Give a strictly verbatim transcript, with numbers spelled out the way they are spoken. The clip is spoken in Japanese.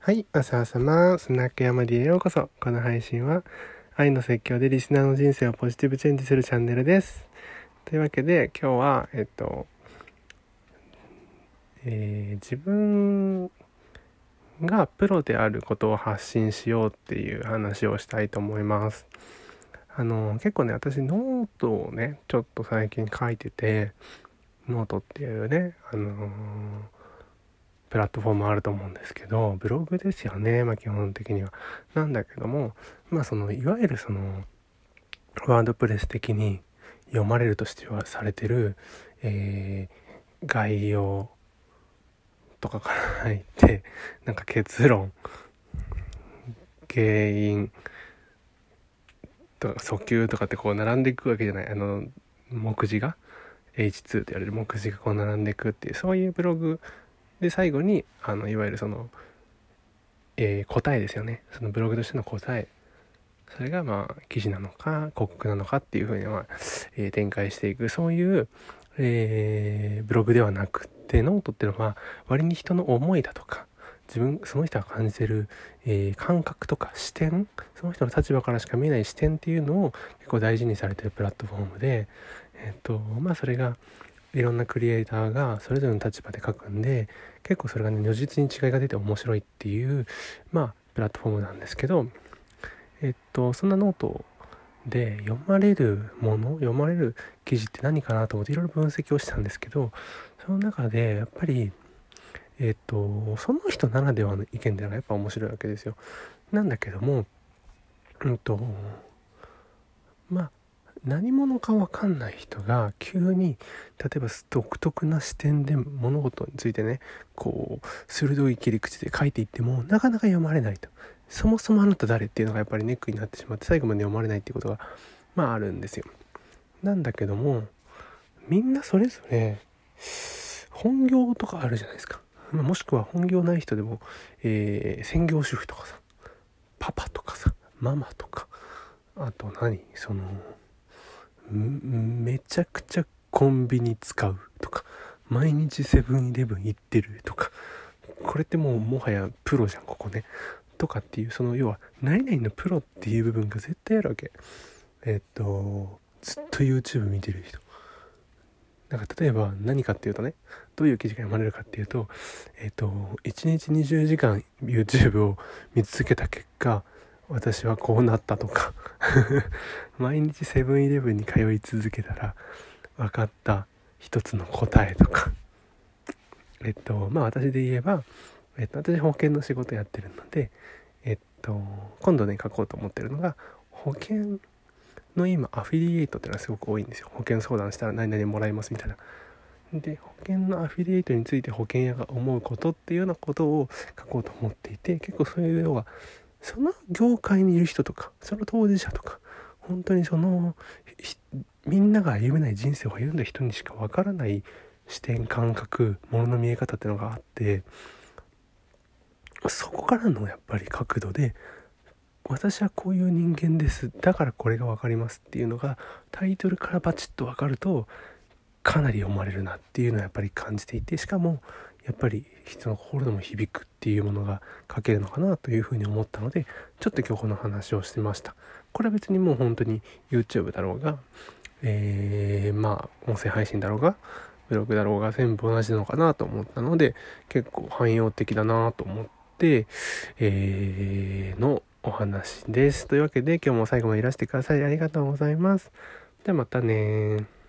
はい、おさわさま、スナック山 D へようこそ。この配信は愛の説教でリスナーの人生をポジティブチェンジするチャンネルです。というわけで今日はえっと、えー自分がプロであることを発信しようっていう話をしたいと思います。あの結構ね、私ノートをねちょっと最近書いてて、ノートっていうね、あのープラットフォームあると思うんですけど、ブログですよね、まあ基本的には。なんだけども、まあそのいわゆるそのワードプレス的に読まれるとしてはされてる、えー概要とかから入って、なんか結論、原因とか訴求とかってこう並んでいくわけじゃない。あの目次が エイチツー と言われる目次がこう並んでいくっていう、そういうブログで最後にあのいわゆるその、えー答えですよね。そのブログとしての答え、それがまあ記事なのか広告なのかっていうふうには、えー展開していく、そういう、えーブログではなくて、ノートっていうのは割に人の思いだとか、自分その人が感じてる、えー感覚とか視点、その人の立場からしか見えない視点っていうのを結構大事にされてるプラットフォームで、えっとまあそれがいろんなクリエイターがそれぞれの立場で書くんで、結構それがね如実に違いが出て面白いっていうまあプラットフォームなんですけど、えっとそんなノートで読まれるもの、読まれる記事って何かなと思っていろいろ分析をしたんですけど、その中でやっぱりえっとその人ならではの意見ではやっぱ面白いわけですよ。なんだけども、うんとまあ何者か分かんない人が急に例えば独特な視点で物事についてねこう鋭い切り口で書いていってもなかなか読まれないと。そもそもあなた誰っていうのがやっぱりネックになってしまって、最後まで読まれないっていうことがまああるんですよ。なんだけども、みんなそれぞれ本業とかあるじゃないですか。もしくは本業ない人でも、えー専業主婦とかさ、パパとかさ、ママとか、あと何そのめちゃくちゃコンビニ使うとか、毎日セブンイレブン行ってるとか、これってもうもはやプロじゃんここねとかっていう、その要は何々のプロっていう部分が絶対あるわけ。えっとずっと YouTube 見てる人、なんか例えば何かっていうとね、どういう記事が読まれるかっていうと、えっといちにちにじゅうじかん YouTube を見続けた結果私はこうなったとか毎日セブンイレブンに通い続けたら分かった一つの答えとか、えっとまあ私で言えば、えっと、私保険の仕事やってるので、えっと今度ね書こうと思ってるのが、保険の今アフィリエイトっていうのはすごく多いんですよ。保険相談したら何々もらえますみたいな。で保険のアフィリエイトについて保険屋が思うことっていうようなことを書こうと思っていて、結構そういう要はその業界にいる人とか、その当事者とか、本当にそのみんなが歩めない人生を歩んだ人にしかわからない視点、感覚、ものの見え方っていうのがあって、そこからのやっぱり角度で、私はこういう人間です、だからこれが分かりますっていうのがタイトルからバチッと分かるとかなり読まれるなっていうのはやっぱり感じていて、しかもやっぱり人の心でも響くっていうものが書けるのかなというふうに思ったので、ちょっと今日この話をしてました。これは別にもう本当に YouTube だろうが、えー、まあ音声配信だろうがブログだろうが全部同じなのかなと思ったので、結構汎用的だなと思って、えー、のお話です。というわけで今日も最後までいらしてくださりありがとうございます。じゃあまたね。